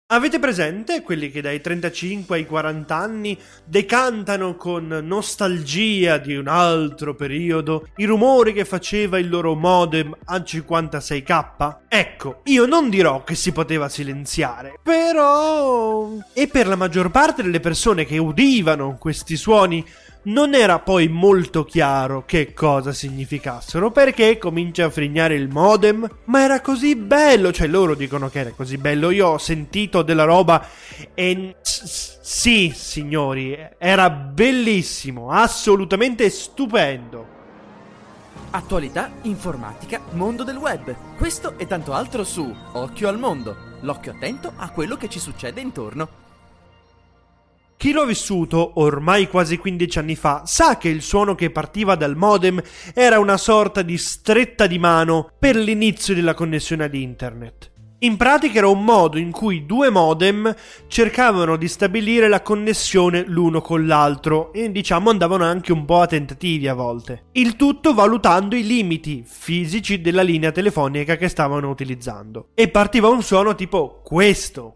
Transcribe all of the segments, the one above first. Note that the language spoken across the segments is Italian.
Avete presente quelli che dai 35 ai 40 anni decantano con nostalgia di un altro periodo i rumori che faceva il loro modem a 56k? Ecco, io non dirò che si poteva silenziare, però... E per la maggior parte delle persone che udivano questi suoni non era poi molto chiaro che cosa significassero, perché comincia a frignare il modem. Ma era così bello, cioè loro dicono che era così bello, io ho sentito della roba e sì signori, era bellissimo, assolutamente stupendo. Attualità, informatica, mondo del web. Questo e tanto altro su Occhio al Mondo, l'occhio attento a quello che ci succede intorno. Chi lo ha vissuto ormai quasi 15 anni fa sa che il suono che partiva dal modem era una sorta di stretta di mano per l'inizio della connessione ad internet. In pratica era un modo in cui due modem cercavano di stabilire la connessione l'uno con l'altro e andavano anche un po' a tentativi a volte. Il tutto valutando i limiti fisici della linea telefonica che stavano utilizzando. E partiva un suono tipo questo.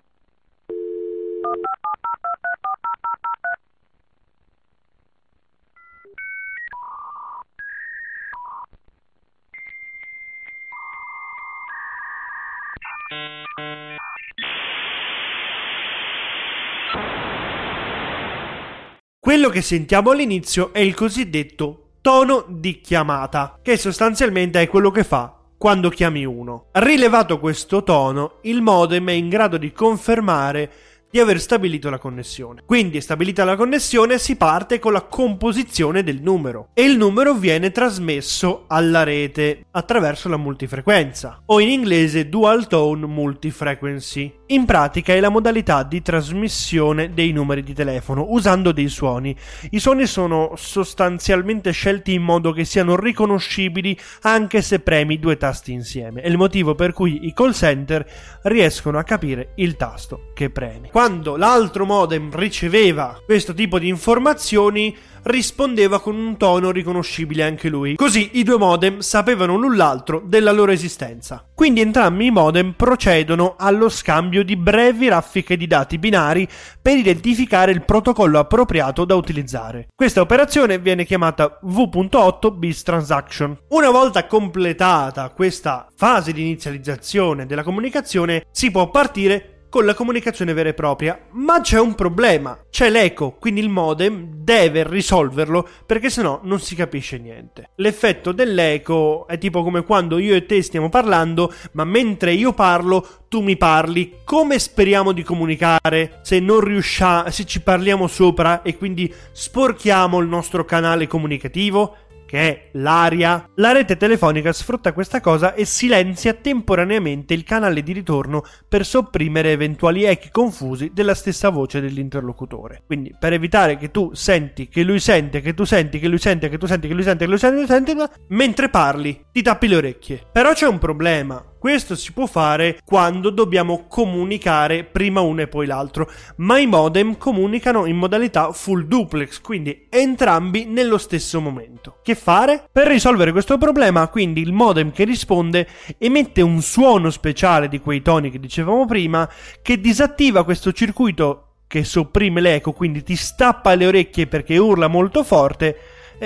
Quello che sentiamo all'inizio è il cosiddetto tono di chiamata, che sostanzialmente è quello che fa quando chiami uno. Rilevato questo tono, il modem è in grado di confermare di aver stabilito la connessione. Quindi, stabilita la connessione, si parte con la composizione del numero e il numero viene trasmesso alla rete attraverso la multifrequenza, o in inglese dual tone multifrequency. In pratica è la modalità di trasmissione dei numeri di telefono usando dei suoni. I suoni sono sostanzialmente scelti in modo che siano riconoscibili anche se premi due tasti insieme. È il motivo per cui i call center riescono a capire il tasto che premi. Quando l'altro modem riceveva questo tipo di informazioni, rispondeva con un tono riconoscibile anche lui. Così i due modem sapevano l'un l'altro della loro esistenza. Quindi entrambi i modem procedono allo scambio di brevi raffiche di dati binari per identificare il protocollo appropriato da utilizzare. Questa operazione viene chiamata V.8 Bis Transaction. Una volta completata questa fase di inizializzazione della comunicazione, si può partire con la comunicazione vera e propria, ma c'è un problema, c'è l'eco, quindi il modem deve risolverlo perché sennò non si capisce niente. L'effetto dell'eco è tipo come quando io e te stiamo parlando, ma mentre io parlo tu mi parli. Come speriamo di comunicare se non riusciamo, se ci parliamo sopra e quindi sporchiamo il nostro canale comunicativo? Che è l'aria. La rete telefonica sfrutta questa cosa e silenzia temporaneamente il canale di ritorno per sopprimere eventuali echi confusi della stessa voce dell'interlocutore. Quindi per evitare che tu senti, che lui sente, che tu senti, che lui sente, che tu senti, che lui sente, che lui sente, che lui sente, mentre parli ti tappi le orecchie. Però c'è un problema. Questo si può fare quando dobbiamo comunicare prima uno e poi l'altro, ma i modem comunicano in modalità full duplex, quindi entrambi nello stesso momento. Che fare? Per risolvere questo problema, quindi il modem che risponde emette un suono speciale di quei toni che dicevamo prima, che disattiva questo circuito che sopprime l'eco, quindi ti stappa le orecchie perché urla molto forte.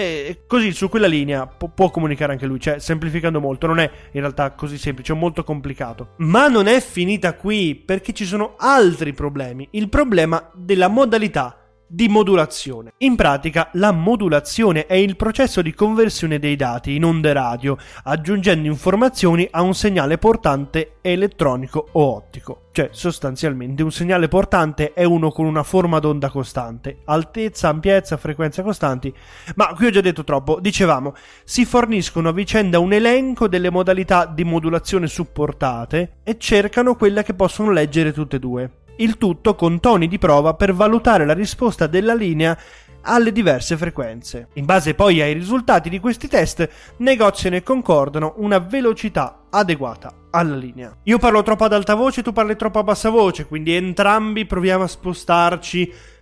E così su quella linea può comunicare anche lui, cioè semplificando molto, non è in realtà così semplice, è molto complicato. Ma non è finita qui, perché ci sono altri problemi. Il problema della modalità di modulazione. In pratica la modulazione è il processo di conversione dei dati in onde radio, aggiungendo informazioni a un segnale portante elettronico o ottico. Cioè sostanzialmente un segnale portante è uno con una forma d'onda costante, altezza, ampiezza, frequenza costanti. Ma qui ho già detto troppo. Dicevamo, si forniscono a vicenda un elenco delle modalità di modulazione supportate e cercano quella che possono leggere tutte e due. Il tutto con toni di prova per valutare la risposta della linea alle diverse frequenze. In base poi ai risultati di questi test, negoziano e concordano una velocità adeguata alla linea. Io parlo troppo ad alta voce, tu parli troppo a bassa voce, quindi entrambi proviamo a spostarci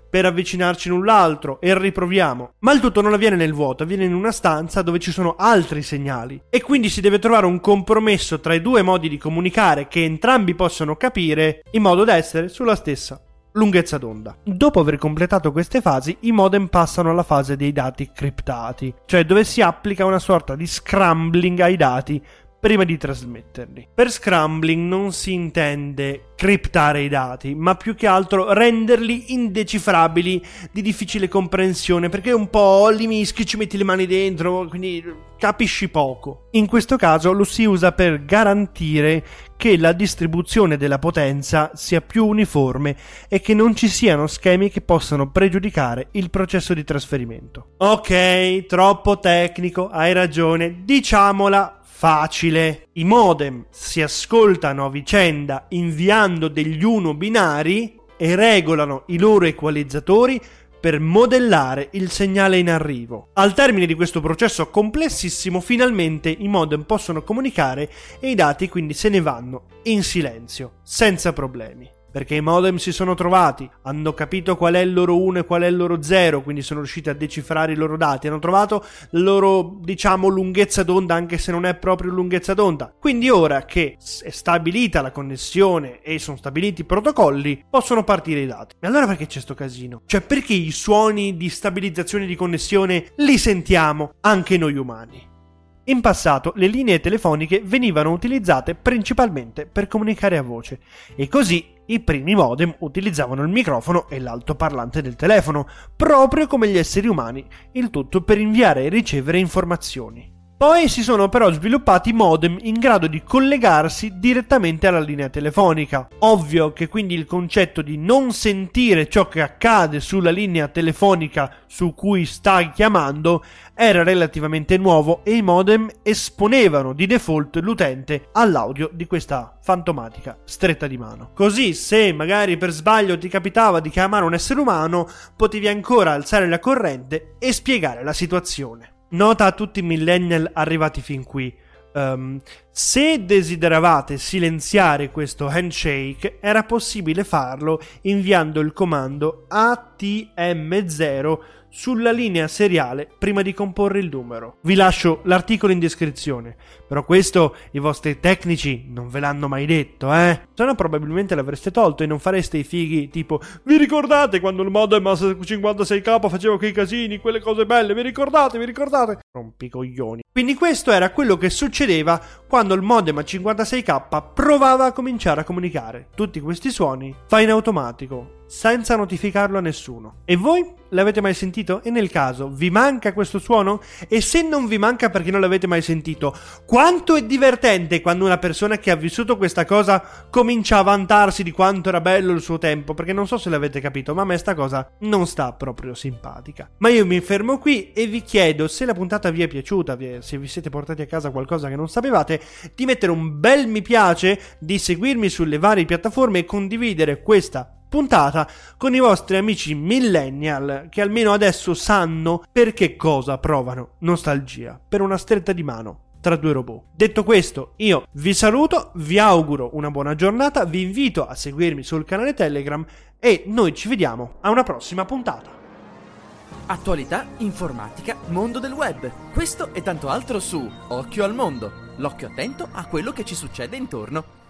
per avvicinarci l'un l'altro e riproviamo. Ma il tutto non avviene nel vuoto, avviene in una stanza dove ci sono altri segnali e quindi si deve trovare un compromesso tra i due modi di comunicare che entrambi possono capire in modo da essere sulla stessa lunghezza d'onda. Dopo aver completato queste fasi, i modem passano alla fase dei dati criptati, cioè dove si applica una sorta di scrambling ai dati prima di trasmetterli. Per scrambling non si intende criptare i dati, ma più che altro renderli indecifrabili, di difficile comprensione, perché un po' li mischi, ci metti le mani dentro, quindi capisci poco. In questo caso lo si usa per garantire che la distribuzione della potenza sia più uniforme e che non ci siano schemi che possano pregiudicare il processo di trasferimento. Ok, troppo tecnico, hai ragione, diciamola facile. I modem si ascoltano a vicenda inviando degli binari e regolano i loro equalizzatori per modellare il segnale in arrivo. Al termine di questo processo complessissimo, finalmente i modem possono comunicare e i dati quindi se ne vanno in silenzio, senza problemi. Perché i modem si sono trovati, hanno capito qual è il loro 1 e qual è il loro 0, quindi sono riusciti a decifrare i loro dati, hanno trovato la loro, lunghezza d'onda, anche se non è proprio lunghezza d'onda. Quindi ora che è stabilita la connessione e sono stabiliti i protocolli, possono partire i dati. E allora perché c'è sto casino? Cioè, perché i suoni di stabilizzazione di connessione li sentiamo anche noi umani? In passato le linee telefoniche venivano utilizzate principalmente per comunicare a voce e così i primi modem utilizzavano il microfono e l'altoparlante del telefono, proprio come gli esseri umani, il tutto per inviare e ricevere informazioni. Poi si sono però sviluppati modem in grado di collegarsi direttamente alla linea telefonica. Ovvio che quindi il concetto di non sentire ciò che accade sulla linea telefonica su cui stai chiamando era relativamente nuovo e i modem esponevano di default l'utente all'audio di questa fantomatica stretta di mano. Così, se magari per sbaglio ti capitava di chiamare un essere umano, potevi ancora alzare la corrente e spiegare la situazione. Nota a tutti i millennial arrivati fin qui: se desideravate silenziare questo handshake, era possibile farlo inviando il comando ATM0 sulla linea seriale prima di comporre il numero. Vi lascio l'articolo in descrizione, però questo i vostri tecnici non ve l'hanno mai detto, Se no probabilmente l'avreste tolto e non fareste i fighi tipo: vi ricordate quando il modem a 56k faceva quei casini, quelle cose belle, vi ricordate? Rompicoglioni. Quindi questo era quello che succedeva quando il modem a 56k provava a cominciare a comunicare. Tutti questi suoni fa in automatico, senza notificarlo a nessuno. E voi? L'avete mai sentito? E nel caso, vi manca questo suono? E se non vi manca perché non l'avete mai sentito, quanto è divertente quando una persona che ha vissuto questa cosa comincia a vantarsi di quanto era bello il suo tempo, perché non so se l'avete capito, ma a me sta cosa non sta proprio simpatica. Ma io mi fermo qui e vi chiedo, se la puntata vi è piaciuta, se vi siete portati a casa qualcosa che non sapevate, di mettere un bel mi piace, di seguirmi sulle varie piattaforme e condividere questa puntata con i vostri amici millennial che almeno adesso sanno per che cosa provano nostalgia, per una stretta di mano tra due robot. Detto questo, io vi saluto, vi auguro una buona giornata, vi invito a seguirmi sul canale Telegram e noi ci vediamo a una prossima puntata. Attualità, informatica, mondo del web. Questo e tanto altro su Occhio al Mondo. L'occhio attento a quello che ci succede intorno.